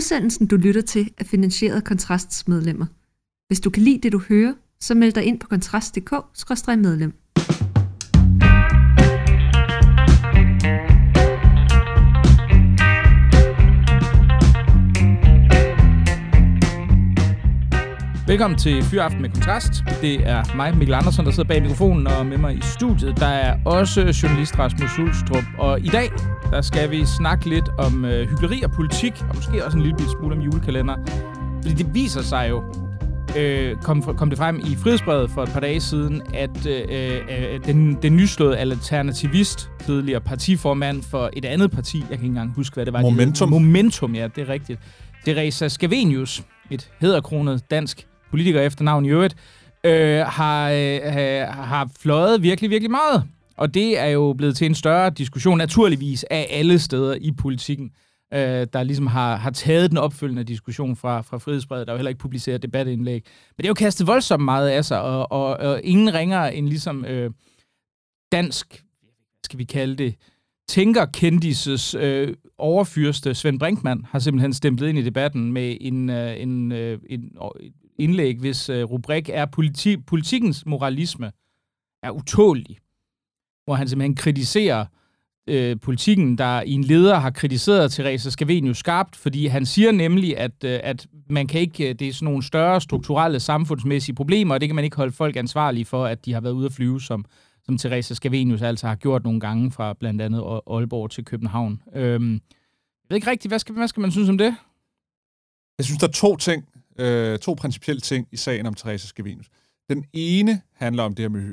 Udsendelsen, du lytter til, er finansieret af Kontrasts medlemmer. Hvis du kan lide det, du hører, så meld dig ind på kontrast.dk/medlem. Velkommen til Fyraften med Kontrast. Det er mig, Mikkel Andersen, der sidder bag mikrofonen, og med mig i studiet, der er også journalist Rasmus Sulstrup. Og i dag, der skal vi snakke lidt om hykleri og politik, og måske også en lille smule om julekalender. Fordi det viser sig jo, kom det frem i Frihedsbrevet for et par dage siden, at den nyslåede alternativist, tidligere partiformand for et andet parti, jeg kan ikke engang huske, hvad det var. Momentum, ja, det er rigtigt. Teresa Scavenius, et hæderkronet dansk politiker efternavn i øvrigt, har fløjet virkelig, virkelig meget. Og det er jo blevet til en større diskussion, naturligvis, af alle steder i politikken, der ligesom har taget den opfølgende diskussion fra Frihedsbrevet. Der er jo heller ikke publiceret debatindlæg. Men det er jo kastet voldsomt meget af sig, og ingen ringere end ligesom dansk, skal vi kalde det, tænkerkendises overfyrste Svend Brinkmann har simpelthen stemplet ind i debatten med en indlæg, hvis rubrik er politikkens moralisme er utålelig. Hvor han simpelthen kritiserer politikken, der i en leder har kritiseret Teresa Scavenius skarpt, fordi han siger nemlig, at man kan ikke, det er sådan nogle større strukturelle samfundsmæssige problemer, og det kan man ikke holde folk ansvarlige for, at de har været ude at flyve, som Teresa Scavenius altså har gjort nogle gange fra blandt andet Aalborg til København. Jeg ved ikke rigtigt, hvad skal man synes om det? Jeg synes, der er to principielle ting i sagen om Teresa Scavenius. Den ene handler om det her med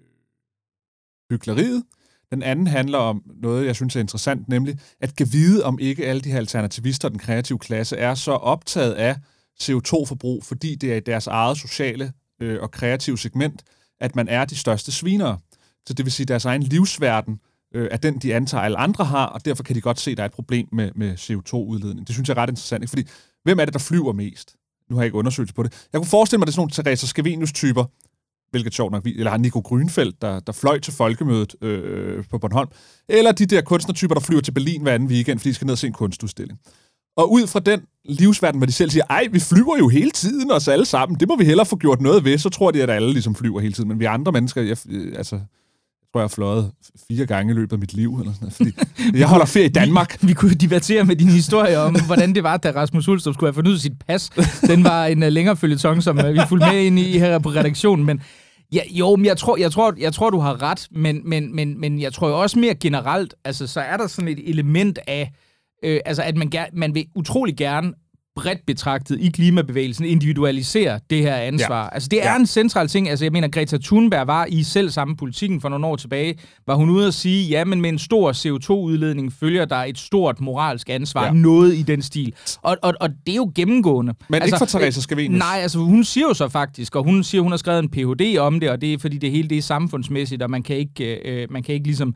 hykleriet. Den anden handler om noget, jeg synes er interessant, nemlig at kan vide, om ikke alle de her alternativister og den kreative klasse er så optaget af CO2-forbrug, fordi det er i deres eget sociale og kreative segment, at man er de største svinere. Så det vil sige, at deres egen livsverden er den, de antager, alle andre har, og derfor kan de godt se, at der er et problem med CO2-udledning. Det synes jeg er ret interessant, ikke? Fordi hvem er det, der flyver mest? Nu har jeg ikke undersøgelse på det. Jeg kunne forestille mig, at det er sådan nogle Teresa Scavenius-typer, hvilket sjovt nok, eller har Nico Grünfeldt, der fløj til folkemødet på Bornholm, eller de der kunstnertyper, der flyver til Berlin hver anden weekend, fordi de skal ned og se en kunstudstilling. Og ud fra den livsverden, hvor de selv siger, ej, vi flyver jo hele tiden, os alle sammen, det må vi hellere få gjort noget ved, så tror de, at alle ligesom flyver hele tiden. Men vi andre mennesker, jeg tror, jeg har fløjet 4 gange i løbet af mit liv, eller sådan noget, fordi jeg holder ferie i Danmark. Vi kunne debattere med din historie om, hvordan det var, da Rasmus Sulstrup skulle have fornyet sit pas. Den var en længere føljeton, som vi fulgte med ind i her på redaktionen, men men jeg tror, du har ret, men jeg tror jo også mere generelt, altså så er der sådan et element af, at man vil utrolig gerne bredt betragtet i klimabevægelsen individualisere det her ansvar. Ja. Altså det er en central ting. Altså jeg mener, Greta Thunberg var i selv samme politikken for nogle år tilbage, var hun ude at sige, ja, men med en stor CO2-udledning følger der et stort moralsk ansvar, noget i den stil. Og det er jo gennemgående. Men altså, ikke for Teresa Scavenius? Nej, altså hun siger jo så faktisk, og hun siger, hun har skrevet en Ph.D. om det, og det er fordi det hele det er samfundsmæssigt, og man kan ikke ligesom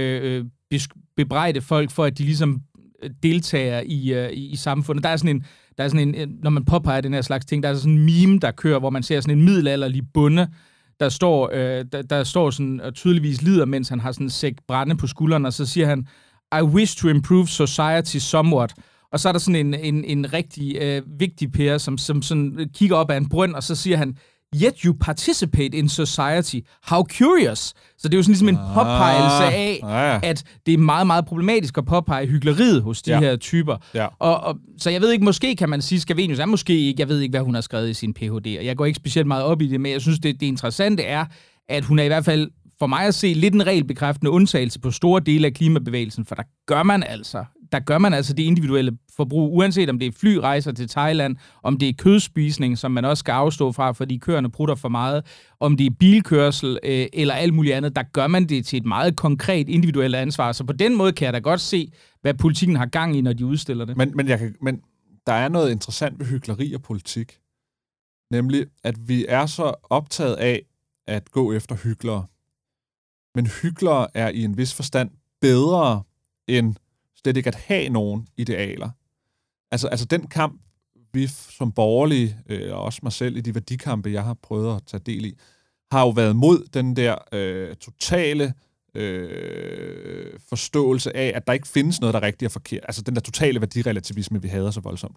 bebrejde folk for, at de ligesom deltager i samfundet. Der er sådan en, når man påpeger den her slags ting, der er sådan en meme, der kører, hvor man ser sådan en middelalderlig bonde, der står sådan og tydeligvis lider, mens han har sådan en sæk brænde på skulderen, og så siger han, I wish to improve society somewhat. Og så er der sådan en rigtig vigtig pære, som sådan kigger op af en brønd, og så siger han, yet you participate in society. How curious. Så det er jo sådan ligesom en påpegelse af, at det er meget, meget problematisk at påpege hykleriet hos de her typer. Ja. Og så jeg ved ikke, måske kan man sige, Scavenius er måske ikke, jeg ved ikke, hvad hun har skrevet i sin Ph.D., og jeg går ikke specielt meget op i det, men jeg synes, det interessante er, at hun er i hvert fald, for mig at se, lidt en regelbekræftende undtagelse på store dele af klimabevægelsen, for der gør man altså det individuelle forbrug, uanset om det er flyrejser til Thailand, om det er kødspisning, som man også skal afstå fra, fordi køerne prutter for meget, om det er bilkørsel eller alt muligt andet, der gør man det til et meget konkret individuelt ansvar. Så på den måde kan jeg da godt se, hvad politikken har gang i, når de udstiller det. Men der er noget interessant ved hykleri og politik, nemlig at vi er så optaget af at gå efter hyklere. Men hyklere er i en vis forstand bedre end slet ikke at have nogen idealer. Altså den kamp, vi som borgerlige, og også mig selv i de værdikampe, jeg har prøvet at tage del i, har jo været mod den der totale forståelse af, at der ikke findes noget, der er rigtigt og forkert. Altså den der totale værdirelativisme, vi hader så voldsomt.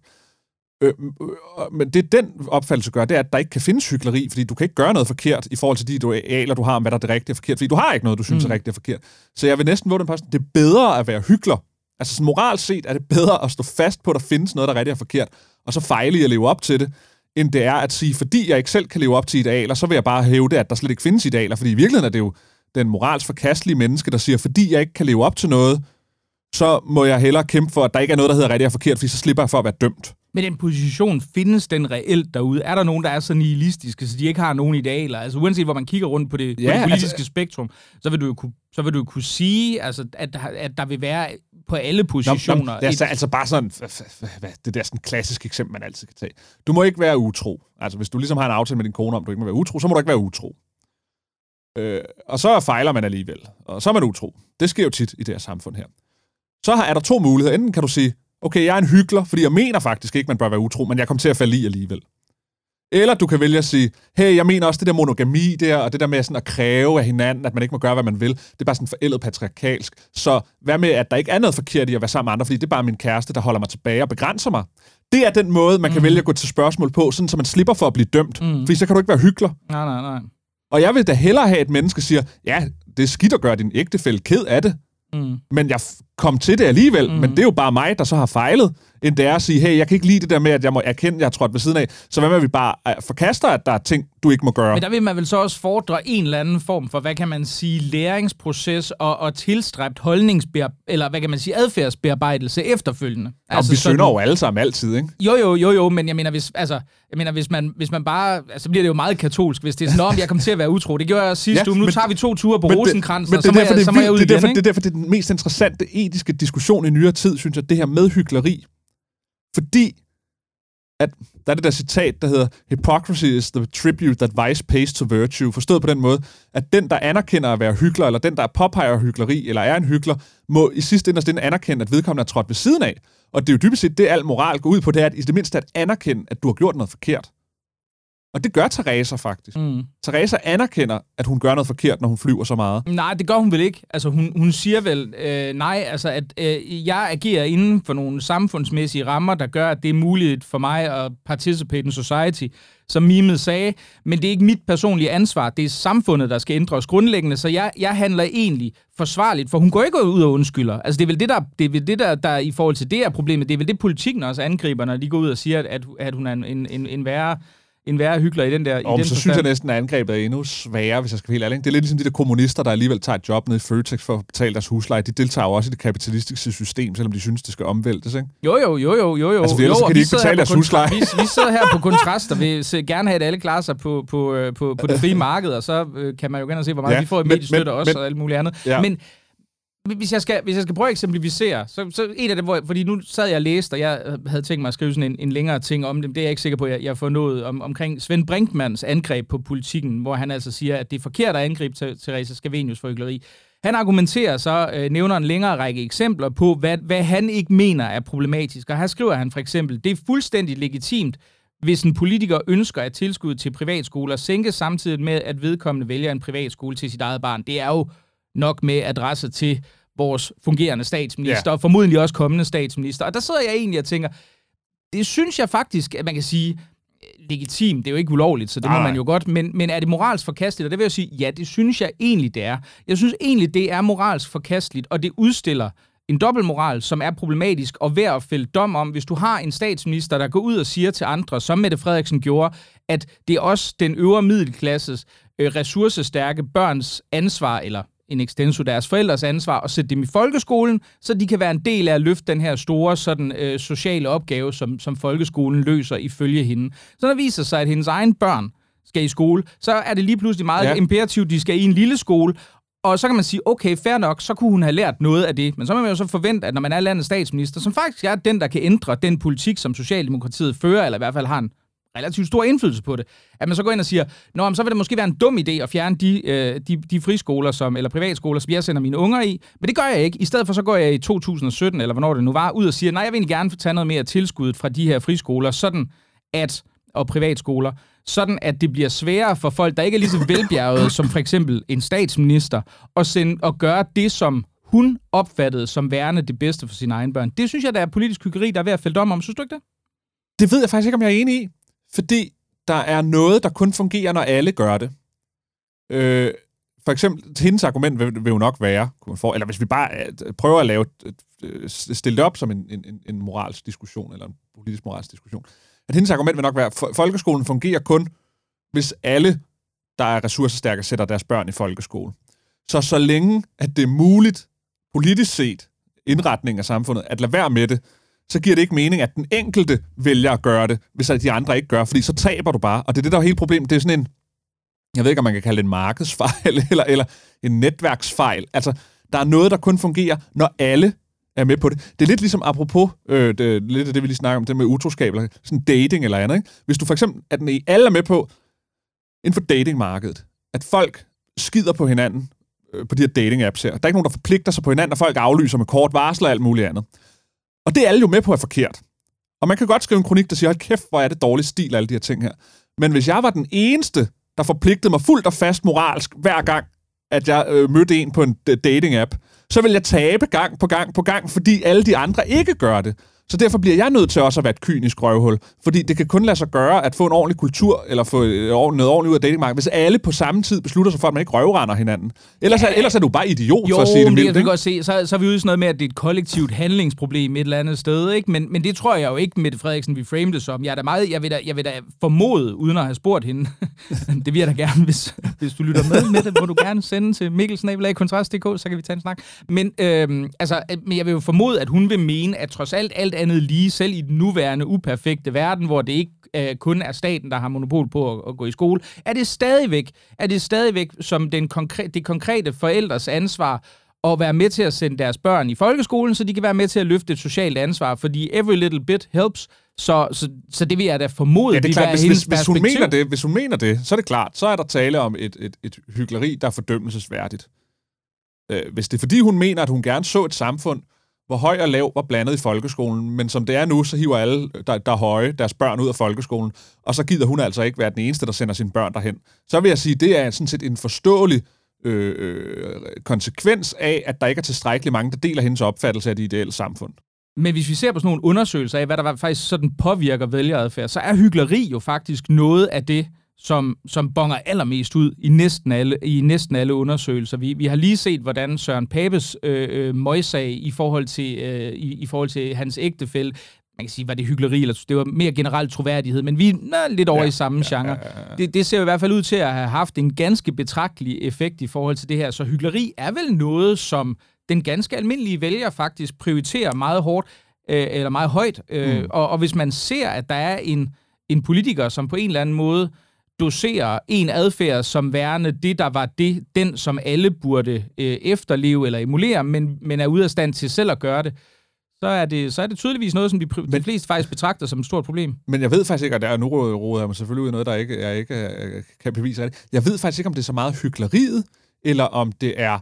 Men det den opfattelse gør, det er, at der ikke kan findes hykleri, fordi du kan ikke gøre noget forkert i forhold til de idealer, du har om, hvad der er det rigtige og forkert, fordi du har ikke noget, du synes er rigtigt og forkert. Så jeg vil næsten våge den posten, det er bedre at være hykler. Altså sådan moralsk set er det bedre at stå fast på, at der findes noget, der er rigtigt og forkert, og så fejle i at leve op til det, end det er at sige, fordi jeg ikke selv kan leve op til idealer, så vil jeg bare hævde, at der slet ikke findes idealer, fordi i virkeligheden er det jo den moralsk forkastelige menneske, der siger, fordi jeg ikke kan leve op til noget, så må jeg hellere kæmpe for, at der ikke er noget, der hedder rigtigt og forkert, fordi så slipper jeg for at være dømt. Men den position, findes den reelt derude? Er der nogen, der er så nihilistiske, så de ikke har nogen idealer? Altså uanset hvor man kigger rundt på det, på det politiske spektrum, så vil du kunne sige, altså, at der vil være på alle positioner... Det er altså bare sådan, det der sådan klassiske eksempel, man altid kan tage. Du må ikke være utro. Altså hvis du ligesom har en aftale med din kone om, du ikke må være utro, så må du ikke være utro. Og så fejler man alligevel. Og så er man utro. Det sker jo tit i det her samfund her. Så er der to muligheder. Enten kan du sige, okay, jeg er en hykler, fordi jeg mener faktisk ikke, man bør være utro, men jeg kommer til at falde i alligevel. Eller du kan vælge at sige, hey, jeg mener også det der monogami der, og det der med sådan at kræve af hinanden, at man ikke må gøre, hvad man vil, det er bare sådan forældet patriarkalsk. Så hvad med, at der ikke er noget forkert i at være sammen med andre, fordi det er bare min kæreste, der holder mig tilbage og begrænser mig. Det er den måde, man kan vælge at gå til spørgsmål på, sådan så man slipper for at blive dømt. Fordi så kan du ikke være hykler. Nej. Og jeg vil da hellere have, et menneske siger, ja, det er skidt at gøre din ægtefælle ked af det, men jeg kom til det alligevel, men det er jo bare mig, der så har fejlet, end det er at sige, hey, jeg kan ikke lide det der med, at jeg må erkende, at jeg har trådt ved siden af, så hvad med, at vi bare forkaster, at der er ting, du ikke må gøre? Men der vil man vel så også fordre en eller anden form for, hvad kan man sige, læringsproces og tilstræbt eller hvad kan man sige, adfærdsbearbejdelse efterfølgende. Altså, vi synder jo alle sammen altid, ikke? Jo, men jeg mener, hvis man bare, altså bliver det jo meget katolsk, hvis det er sådan, jeg kom til at være utro. Det gjorde jeg sidste uge, nu tager vi 2 ture på Rosenkranz, og så må jeg ud igen, ikke? Det er derfor, det er den mest interessante etiske diskussion i nyere tid, synes jeg, det her med hykleri. Fordi, at der er det der citat, der hedder, hypocrisy is the tribute that vice pays to virtue. Forstået på den måde, at den, der anerkender at være hykler, eller den, der påpeger hykleri, eller er en hykler, må i sidste ende anerkende, at vedkommende er trådt ved siden af. Og det er jo dybest set det, al moral går ud på, det er at i det mindste at anerkende, at du har gjort noget forkert. Og det gør Teresa faktisk. Teresa anerkender, at hun gør noget forkert, når hun flyver så meget. Nej, det gør hun vel ikke. Altså, hun siger vel, nej, altså, at jeg agerer inden for nogle samfundsmæssige rammer, der gør, at det er muligt for mig at participate in society, som mimet sagde. Men det er ikke mit personlige ansvar. Det er samfundet, der skal ændres grundlæggende, så jeg handler egentlig forsvarligt, for hun går ikke ud og undskylder. Altså, det er vel det, der i forhold til det her problemet, det er vel det, politikken også angriber, når de går ud og siger, at hun er en værre hykler i den der... Så synes jeg næsten, at angrebet er endnu sværere, hvis jeg skal være helt ærlig. Det er lidt ligesom de der kommunister, der alligevel tager et job nede i Føtex for at betale deres husleje. De deltager jo også i det kapitalistiske system, selvom de synes, det skal omvæltes, ikke? Jo. Altså, ellers kan de ikke betale deres husleje. Vi sidder her på kontrast, og vil gerne have, at alle klarer sig på det frie marked, og så kan man jo gerne se, hvor meget vi får i mediestøtte også, og alt muligt andet. Ja. Men hvis jeg skal prøve at eksemplificere, så en af dem, fordi nu sad jeg og læste, og jeg havde tænkt mig at skrive sådan en længere ting om det, det er jeg ikke sikker på, at jeg får noget omkring Svend Brinkmanns angreb på politikken, hvor han altså siger, at det er forkert at angribe Teresa Scavenius for hykleri. Han argumenterer så, nævner en længere række eksempler på, hvad han ikke mener er problematisk, og her skriver han for eksempel, det er fuldstændig legitimt, hvis en politiker ønsker at tilskud til privatskoler sænkes samtidig med, at vedkommende vælger en privatskole til sit eget barn. Det er jo nok med adresse til vores fungerende statsminister, og formodentlig også kommende statsminister. Og der sidder jeg egentlig og tænker, det synes jeg faktisk, at man kan sige, legitimt, det er jo ikke ulovligt, så det må man jo godt, men er det moralsk forkasteligt? Og det vil jeg sige, ja, det synes jeg egentlig, det er. Jeg synes egentlig, det er moralsk forkasteligt, og det udstiller en dobbeltmoral, som er problematisk og værd at fælde dom om, hvis du har en statsminister, der går ud og siger til andre, som Mette Frederiksen gjorde, at det er også den øvre middelklasses ressourcestærke børns ansvar, eller en extenso deres forældres ansvar, at sætte dem i folkeskolen, så de kan være en del af at løfte den her store sådan, sociale opgave, som folkeskolen løser ifølge hende. Så når det viser sig, at hendes egen børn skal i skole, så er det lige pludselig meget imperativt, de skal i en lille skole, og så kan man sige, okay, fair nok, så kunne hun have lært noget af det. Men så må man jo så forvente, at når man er landets statsminister, som faktisk er den, der kan ændre den politik, som Socialdemokratiet fører, eller i hvert fald har en relativt stor indflydelse på det, at man så går ind og siger, nå, så vil det måske være en dum idé at fjerne de friskoler, eller privatskoler, som jeg sender mine unger i, men det gør jeg ikke. I stedet for så går jeg i 2017, eller hvornår det nu var, ud og siger, nej, jeg vil egentlig gerne tage noget mere tilskud fra de her friskoler, sådan at, og privatskoler, sådan at det bliver sværere for folk, der ikke er lige så velbjergede som for eksempel en statsminister, at gøre det, som hun opfattede som værende det bedste for sine egne børn. Det synes jeg, der er politisk hykleri, der er ved at fælde dom om. Synes du ikke det? Det ved jeg faktisk ikke, om jeg er enig i. Fordi der er noget, der kun fungerer, når alle gør det. For eksempel, hendes argument vil jo nok være, eller hvis vi bare prøver at stille det op som en moralsk diskussion, eller en politisk moralsk diskussion, at hendes argument vil nok være, at folkeskolen fungerer kun, hvis alle, der er ressourcestærke, sætter deres børn i folkeskole. Så længe, at det er muligt, politisk set, indretning af samfundet, at lade være med det, så giver det ikke mening, at den enkelte vælger at gøre det, hvis de andre ikke gør, fordi så taber du bare. Og det er det, der er hele problemet. Det er sådan en, jeg ved ikke, om man kan kalde det en markedsfejl, eller en netværksfejl. Altså, der er noget, der kun fungerer, når alle er med på det. Det er lidt ligesom apropos, lidt af det, vi lige snakker om, det med utroskab, eller sådan dating eller andet. Ikke? Hvis du for eksempel, at alle er med på, inden for datingmarkedet, at folk skider på hinanden, på de her dating-apps her. Der er ikke nogen, der forpligter sig på hinanden, og folk aflyser med kort varsel og alt muligt andet. Og det er alle jo med på er forkert. Og man kan godt skrive en kronik, der siger, hold kæft, hvor er det dårlig stil, alle de her ting her. Men hvis jeg var den eneste, der forpligtede mig fuldt og fast moralsk, hver gang, at jeg mødte en på en dating-app, så vil jeg tabe gang på gang, fordi alle de andre ikke gør det. Så derfor bliver jeg nødt til også at være et kynisk røvhul. Fordi det kan kun lade sig gøre at få en ordentlig kultur, eller få noget ordentligt ud af datingmarkedet, hvis alle på samme tid beslutter sig for, at man ikke røvrender hinanden. Ellers er du bare idiot, for at sige det mildt. Jo, det kan godt se. Så er vi ude i sådan noget med, at det er et kollektivt handlingsproblem et eller andet sted, ikke? Men det tror jeg jo ikke, Mette Frederiksen, vi frame det som. Jeg vil da formode, uden at have spurgt hende. Det vil jeg da gerne, hvis du lytter med det, må du gerne sende til mikkelsnabelag.kontrast.dk, så kan vi tage en snak. Men jeg vil jo formode, at hun vil mene, at trods alt andet lige, selv i den nuværende uperfekte verden, hvor det ikke kun er staten, der har monopol på at gå i skole, er det stadigvæk som det konkrete forældres ansvar at være med til at sende deres børn i folkeskolen, så de kan være med til at løfte et socialt ansvar, fordi every little bit helps, så det vil jeg da formode, det er klart, hvis hun mener det, så er det klart, så er der tale om et hykleri, der er fordømmelsesværdigt. Hvis det er fordi, hun mener, at hun gerne så et samfund, hvor høj og lav var blandet i folkeskolen, men som det er nu, så hiver alle, der er høje, deres børn ud af folkeskolen, og så gider hun altså ikke være den eneste, der sender sine børn derhen. Så vil jeg sige, det er sådan set en forståelig konsekvens af, at der ikke er tilstrækkeligt mange, der deler hendes opfattelse af det ideelle samfund. Men hvis vi ser på sådan nogle undersøgelser af, hvad der faktisk sådan påvirker vælgeradfærd, så er hykleri jo faktisk noget af det, som bonger allermest ud i næsten alle undersøgelser. Vi har lige set, hvordan Søren Papes møgssag i forhold til hans ægtefælle, man kan sige, var det hykleri, eller det var mere generelt troværdighed, men vi er lidt over i samme genre. Det ser jo i hvert fald ud til at have haft en ganske betragtelig effekt i forhold til det her. Så hykleri er vel noget, som den ganske almindelige vælger faktisk prioriterer meget hårdt, eller meget højt. Og hvis man ser, at der er en politiker, som på en eller anden måde doserer en adfærd som værende det, der var den, som alle burde efterleve eller emulere, men er ude af stand til selv at gøre det, så er det tydeligvis noget, som de fleste faktisk betragter som et stort problem. Men jeg ved faktisk ikke, og nu råder jeg mig selvfølgelig ud af noget, der jeg ikke kan bevise af det. Jeg ved faktisk ikke, om det er så meget hykleriet, eller om det er...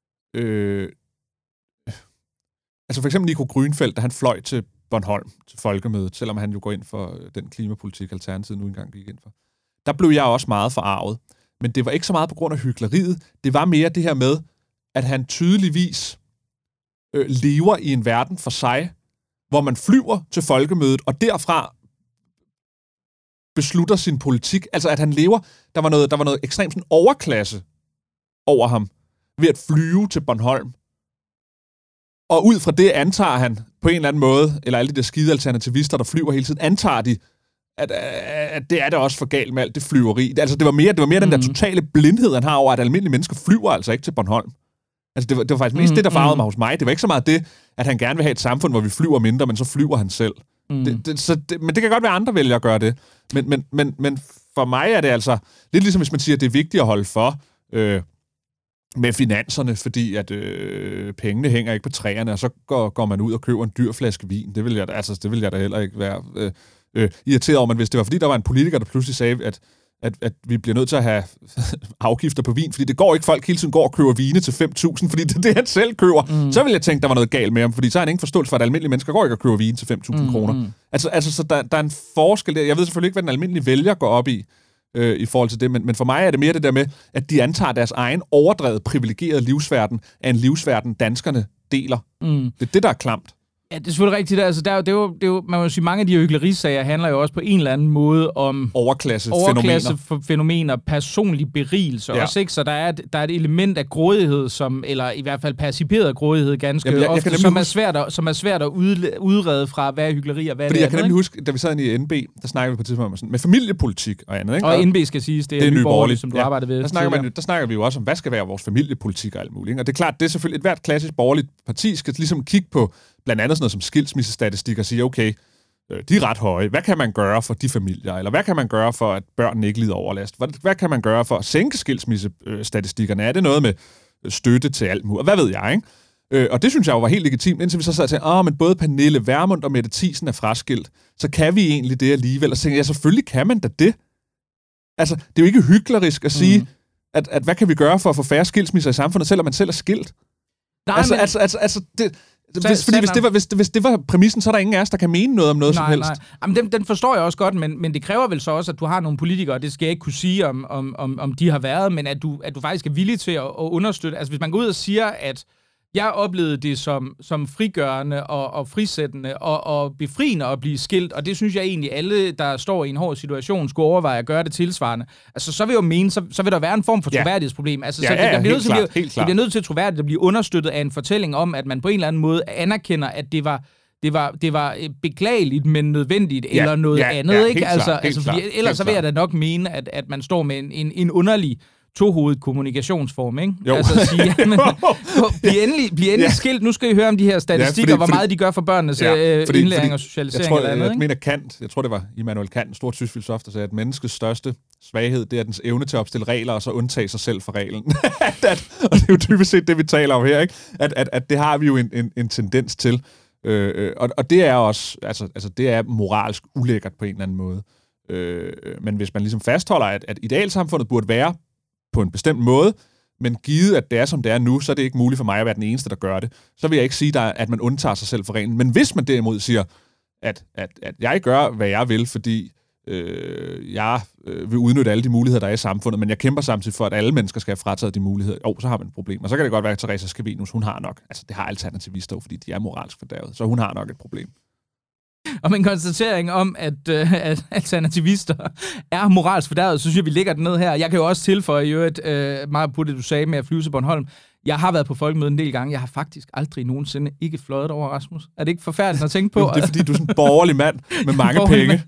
Altså for eksempel Nico Grünfeldt, da han fløj til Bornholm, til folkemødet, selvom han jo går ind for den klimapolitik, Alternativet nu engang gik ind for. Der blev jeg også meget forarvet. Men det var ikke så meget på grund af hykleriet. Det var mere det her med, at han tydeligvis lever i en verden for sig, hvor man flyver til folkemødet, og derfra beslutter sin politik. Altså, at han lever... Der var noget ekstremt sådan overklasse over ham, ved at flyve til Bornholm. Og ud fra det antager han på en eller anden måde, eller alle de der skide alternativister, der flyver hele tiden, antager de, at det er det også for galt med alt det flyveri. Altså, det var mere den der totale blindhed, han har over, at almindelige mennesker flyver altså ikke til Bornholm. Altså, det var faktisk mest det, der farvede mig hos mig. Det var ikke så meget det, at han gerne vil have et samfund, hvor vi flyver mindre, men så flyver han selv. Men det kan godt være, andre vælger at gøre det. Men for mig er det altså lidt ligesom, hvis man siger, at det er vigtigt at holde for med finanserne, fordi at pengene hænger ikke på træerne, og så går man ud og køber en dyr flaske vin. Det vil jeg da heller ikke være irriteret over. Men hvis det var, fordi der var en politiker, der pludselig sagde, at vi bliver nødt til at have afgifter på vin, fordi det går ikke, folk hele tiden går og køber vine til 5.000, fordi det er det, han selv køber. Så vil jeg tænke, der var noget galt med ham, fordi så har han ingen forståelse for, at almindelige mennesker går ikke og køber vine til 5.000 kroner. Altså, så der er en forskel der. Jeg ved selvfølgelig ikke, hvad den almindelige vælger går op i, i forhold til det, men for mig er det mere det der med, at de antager deres egen overdrevet privilegerede livsverden af en livsverden, danskerne deler. Det er det, der er klamt. Ja, det er selvfølgelig rigtigt. Altså, det er jo, man må sige, mange af de hyklerisager handler jo også på en eller anden måde om overklassefænomener, personlig berigelse også, ikke? Så der er et element af grådighed, eller i hvert fald perciperet grådighed ganske ofte, som er svært at udrede fra, hvad er hykleri og hvad er det andet. Jeg kan nemlig huske, da vi sad i NB, der snakkede vi på et tidspunkt sådan, med familiepolitik og andet, ikke? Og NB skal siges, det er Nye Borgerlige, som du arbejder ved. Der snakker vi jo også om, hvad skal være vores familiepolitik og alt muligt, ikke? Og det er klart, det er selvfølgelig et hvert klassisk borgerligt parti skal ligesom kigge på blandt andet sådan noget som skilsmissestatistik og sige, okay, de er ret høje. Hvad kan man gøre for de familier? Eller hvad kan man gøre for, at børnene ikke lider overlast? Hvad kan man gøre for at sænke skilsmissestatistikkerne? Er det noget med støtte til alt muligt? Hvad ved jeg, ikke? Og det synes jeg jo var helt legitimt, indtil vi så sad til, men både Pernille Vermund og Mette Thiesen er fraskilt, så kan vi egentlig det alligevel. Og så tænkte jeg, selvfølgelig kan man da det. Altså, det er jo ikke hyklerisk at sige, at hvad kan vi gøre for at få færre skilsmisser i samfundet, selvom man selv er skilt? Nej, Hvis det var præmissen, så er der ingen af os, der kan mene noget om noget som helst. Jamen, den forstår jeg også godt, men det kræver vel så også, at du har nogle politikere, det skal jeg ikke kunne sige, om de har været, men at du faktisk er villig til at understøtte. Altså, hvis man går ud og siger, at jeg oplevede det som frigørende og frisættende og befriende at blive skilt, og det synes jeg egentlig alle, der står i en hård situation, skulle overveje at gøre det tilsvarende. Altså, så vil jeg jo mene, så vil der være en form for troværdighedsproblem. Altså, det bliver nødt til troværdigt at blive understøttet af en fortælling om, at man på en eller anden måde anerkender, at det var beklageligt, men nødvendigt, eller noget andet, ikke? Fordi ellers så vil jeg da nok mene, at man står med en underlig tohovedet kommunikationsform, ikke? Jo. Altså at sige, jamen, bliv endelig skilt. Nu skal I høre om de her statistikker, hvor meget de gør for børnenes indlæring og socialisering. Jeg mener Kant, jeg tror det var Immanuel Kant, en stor tysk filosof, der sagde, at menneskets største svaghed, det er dens evne til at opstille regler, og så undtage sig selv fra reglen. Og det er jo typisk set det, vi taler om her, ikke? At det har vi jo en tendens til. Og det er også, altså det er moralsk ulækkert på en eller anden måde. Men hvis man ligesom fastholder, at idealsamfundet burde være på en bestemt måde, men givet, at det er, som det er nu, så er det ikke muligt for mig at være den eneste, der gør det. Så vil jeg ikke sige, at man undtager sig selv fra reglen. Men hvis man derimod siger, at jeg gør, hvad jeg vil, fordi jeg vil udnytte alle de muligheder, der er i samfundet, men jeg kæmper samtidig for, at alle mennesker skal have frataget de muligheder, så har man et problem. Og så kan det godt være, at Teresa Scavenius, hun har nok, altså det har alternativister, fordi de er moralsk fordærvet, så hun har nok et problem. Om en konstatering om, at alternativister er moralsk fordærvet, så synes jeg, vi lægger den ned her. Jeg kan jo også tilføje, meget på det, du sagde med at flyve til Bornholm. Jeg har været på folkemødet en del gange. Jeg har faktisk aldrig nogensinde ikke fløjet over, Rasmus. Er det ikke forfærdeligt at tænke på? Det er fordi, du er sådan en borgerlig mand med mange penge.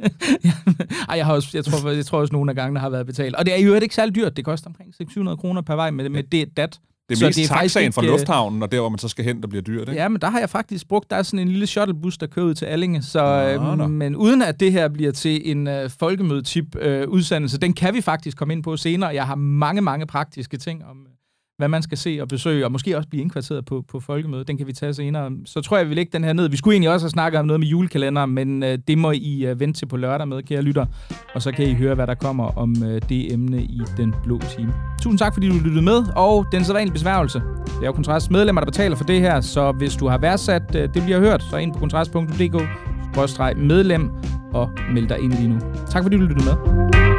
Jeg tror også, nogle af gangene har været betalt. Og det er jo ikke særlig dyrt. Det koster omkring 600 kroner per vej med det dat. Det er mest taxaen fra lufthavnen, og der, hvor man så skal hen, der bliver dyrt, ikke? Ja, men der har jeg faktisk brugt, der er sådan en lille shuttlebus, der kører ud til Allinge, men uden at det her bliver til en folkemøde-tip udsendelse, den kan vi faktisk komme ind på senere. Jeg har mange praktiske ting om, hvad man skal se og besøge, og måske også blive indkvarteret på folkemødet. Den kan vi tage senere. Så tror jeg, vi lægger den her ned. Vi skulle egentlig også have snakket om noget med julekalender, men det må I vente til på lørdag med, kære lytter. Og så kan I høre, hvad der kommer om det emne i Den Blå Time. Tusind tak, fordi du lyttede med, og den sædvanlige besværgelse. Det er jo Kontrast medlemmer, der betaler for det her, så hvis du har værdsat det, bliver hørt, så ind på kontrast.dk/medlem og meld dig ind lige nu. Tak fordi du lyttede med.